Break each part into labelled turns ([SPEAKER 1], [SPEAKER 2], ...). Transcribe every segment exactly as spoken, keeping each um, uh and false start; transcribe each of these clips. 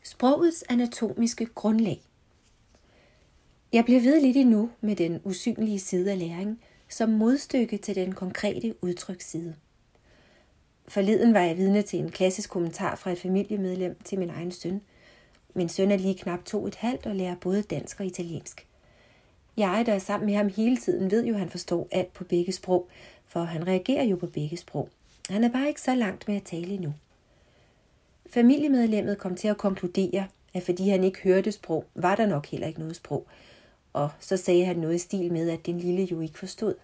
[SPEAKER 1] Sprogets anatomiske grundlag. Jeg bliver ved lidt endnu med den usynlige side af læring, som modstykke til den konkrete udtryksside. Forleden var jeg vidne til en klassisk kommentar fra et familiemedlem til min egen søn. Min søn er lige knap to et halvt og lærer både dansk og italiensk. Jeg, der er sammen med ham hele tiden, ved jo, at han forstår alt på begge sprog, for han reagerer jo på begge sprog. Han er bare ikke så langt med at tale endnu. Familiemedlemmet kom til at konkludere, at fordi han ikke hørte sprog, var der nok heller ikke noget sprog. Og så sagde han noget i stil med, at den lille jo ikke forstod.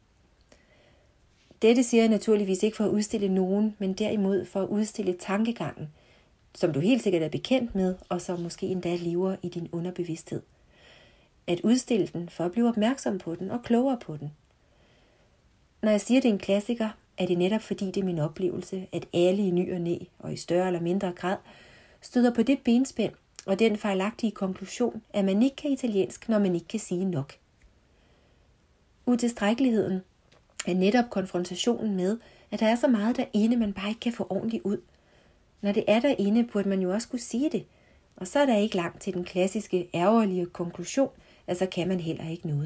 [SPEAKER 1] Dette siger jeg naturligvis ikke for at udstille nogen, men derimod for at udstille tankegangen, som du helt sikkert er bekendt med, og som måske endda lever i din underbevidsthed. At udstille den for at blive opmærksom på den og klogere på den. Når jeg siger, det er en klassiker, er det netop fordi det er min oplevelse, at alle i ny og næ, og i større eller mindre grad, støder på det benspænd og den fejlagtige konklusion, at man ikke kan italiensk, når man ikke kan sige nok. Utilstrækkeligheden er netop konfrontationen med, at der er så meget derinde, man bare ikke kan få ordentligt ud. Når det er derinde, burde man jo også kunne sige det, og så er der ikke langt til den klassiske, ærgerlige konklusion, at så kan man heller ikke noget.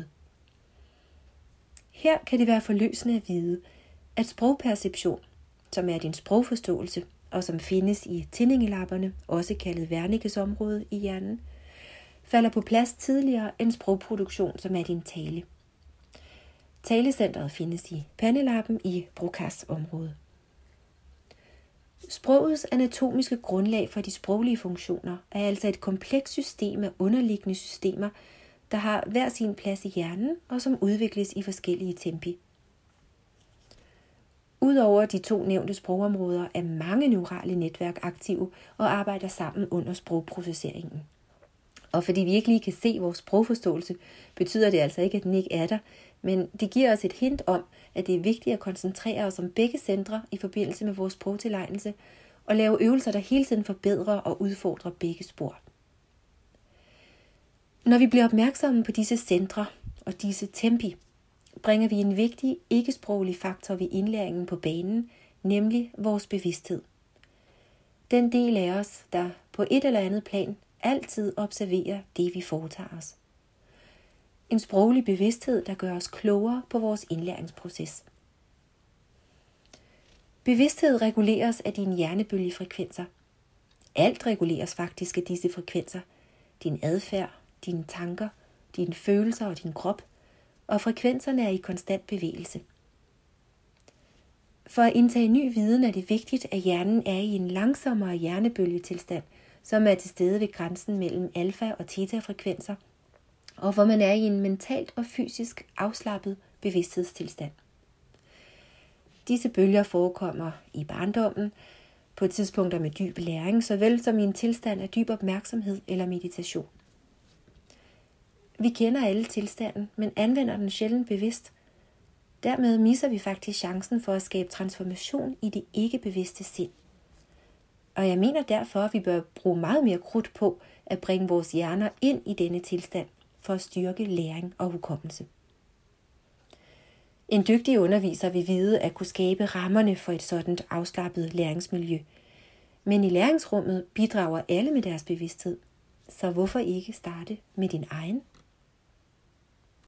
[SPEAKER 1] Her kan det være forløsende at vide, at sprogperception, som er din sprogforståelse, og som findes i tindingelapperne, også kaldet Wernicke's område i hjernen, falder på plads tidligere end sprogproduktion, som er din tale. Talecentret findes i pandelappen i Broca's område. Sprogets anatomiske grundlag for de sproglige funktioner er altså et komplekst system af underliggende systemer, der har hver sin plads i hjernen og som udvikles i forskellige tempi. Udover de to nævnte sprogområder er mange neurale netværk aktive og arbejder sammen under sprogprocesseringen. Og fordi vi ikke lige kan se vores sprogforståelse, betyder det altså ikke, at den ikke er der, men det giver os et hint om, at det er vigtigt at koncentrere os om begge centre i forbindelse med vores sprogtilegnelse og lave øvelser, der hele tiden forbedrer og udfordrer begge spor. Når vi bliver opmærksomme på disse centre og disse tempi, bringer vi en vigtig ikke-sproglig faktor ved indlæringen på banen, nemlig vores bevidsthed. Den del af os, der på et eller andet plan altid observerer det, vi foretager os. En sproglig bevidsthed, der gør os klogere på vores indlæringsproces. Bevidsthed reguleres af dine hjernebølgefrekvenser. Alt reguleres faktisk af disse frekvenser. Din adfærd, dine tanker, dine følelser og din krop, og frekvenserne er i konstant bevægelse. For at indtage ny viden er det vigtigt, at hjernen er i en langsommere hjernebølgetilstand, som er til stede ved grænsen mellem alfa- og theta-frekvenser, og hvor man er i en mentalt og fysisk afslappet bevidsthedstilstand. Disse bølger forekommer i barndommen, på tidspunkter med dyb læring, såvel som i en tilstand af dyb opmærksomhed eller meditation. Vi kender alle tilstanden, men anvender den sjældent bevidst. Dermed misser vi faktisk chancen for at skabe transformation i det ikke-bevidste sind. Og jeg mener derfor, at vi bør bruge meget mere krudt på at bringe vores hjerner ind i denne tilstand for at styrke læring og hukommelse. En dygtig underviser vil vide at kunne skabe rammerne for et sådant afslappet læringsmiljø. Men i læringsrummet bidrager alle med deres bevidsthed. Så hvorfor ikke starte med din egen?